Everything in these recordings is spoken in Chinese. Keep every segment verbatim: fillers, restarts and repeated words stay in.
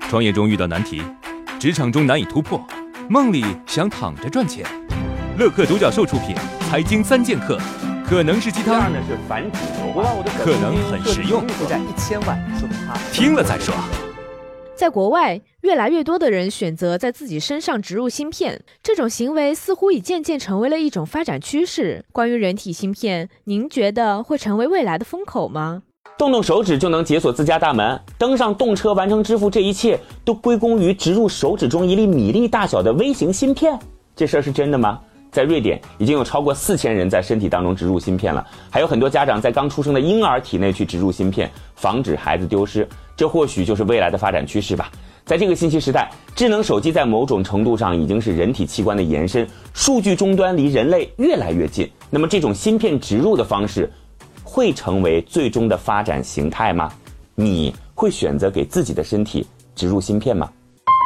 创业中遇到难题，职场中难以突破，梦里想躺着赚钱。乐客独角兽出品，财经三剑客，可能是鸡汤， 是繁殖可能很实用， 负债一千万，说明他听了再说。 在国外，越来越多的人选择在自己身上植入芯片，这种行为似乎已渐渐成为了一种发展趋势。关于人体芯片，您觉得会成为未来的风口吗？ 动动手指就能解锁自家大门，登上动车完成支付，这一切都归功于植入手指中一粒米粒大小的微型芯片。这事儿是真的吗？在瑞典已经有超过四千人在身体当中植入芯片了，还有很多家长在刚出生的婴儿体内去植入芯片，防止孩子丢失。这或许就是未来的发展趋势吧。在这个信息时代，智能手机在某种程度上已经是人体器官的延伸，数据终端离人类越来越近。那么这种芯片植入的方式会成为最终的发展形态吗？你会选择给自己的身体植入芯片吗？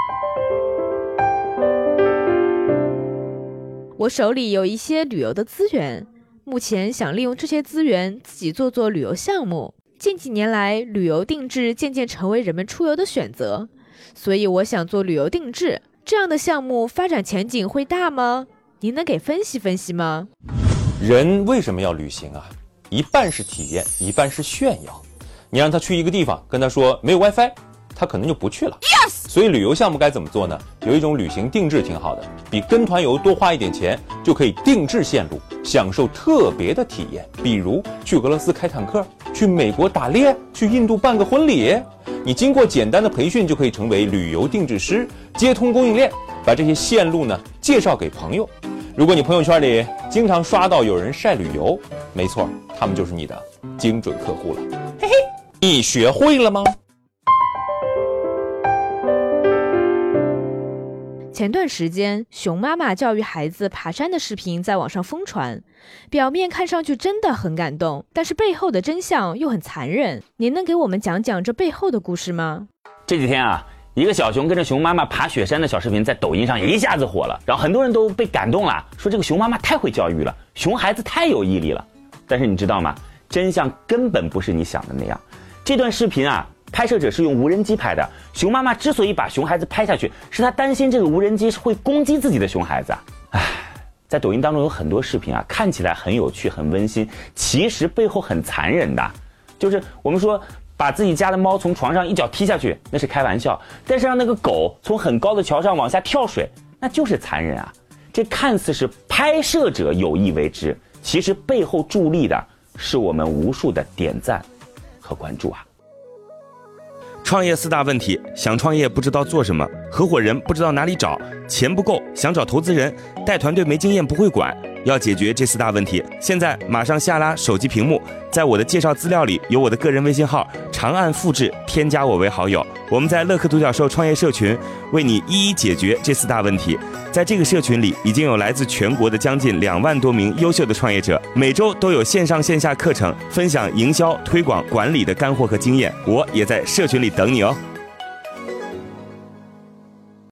我手里有一些旅游的资源，目前想利用这些资源自己做做旅游项目。近几年来，旅游定制渐渐成为人们出游的选择，所以我想做旅游定制。这样的项目发展前景会大吗？您能给分析分析吗？ 人为什么要旅行啊？一半是体验，一半是炫耀。你让他去一个地方，跟他说没有 WiFi， 他可能就不去了。Yes! 所以旅游项目该怎么做呢？有一种旅行定制挺好的，比跟团游多花一点钱，就可以定制线路，享受特别的体验。比如去俄罗斯开坦克，去美国打猎，去印度办个婚礼。你经过简单的培训，就可以成为旅游定制师，接通供应链，把这些线路呢介绍给朋友。如果你朋友圈里经常刷到有人晒旅游，没错，他们就是你的精准客户了。嘿嘿，你学会了吗？ 前段时间，熊妈妈教育孩子爬山的视频在网上疯传，表面看上去真的很感动，但是背后的真相又很残忍。您能给我们讲讲这背后的故事吗？ 这几天啊，一个小熊跟着熊妈妈爬雪山的小视频在抖音上一下子火了，然后很多人都被感动了，说这个熊妈妈太会教育了，熊孩子太有毅力了。但是你知道吗？真相根本不是你想的那样。这段视频啊，拍摄者是用无人机拍的。熊妈妈之所以把熊孩子拍下去，是她担心这个无人机是会攻击自己的熊孩子啊。唉，在抖音当中有很多视频啊，看起来很有趣很温馨，其实背后很残忍的。就是我们说把自己家的猫从床上一脚踢下去，那是开玩笑，但是让那个狗从很高的桥上往下跳水，那就是残忍啊。这看似是拍摄者有意为之，其实背后助力的是我们无数的点赞和关注啊。 创业四大问题：想创业不知道做什么，合伙人不知道哪里找，钱不够想找投资人，带团队没经验不会管。要解决这四大问题，现在马上下拉手机屏幕，在我的介绍资料里有我的个人微信号，长按复制添加我为好友。我们在乐客独角兽创业社群为你一一解决这四大问题。在这个社群里已经有来自全国的将近两万多名优秀的创业者，每周都有线上线下课程分享营销推广管理的干货和经验，我也在社群里等你哦。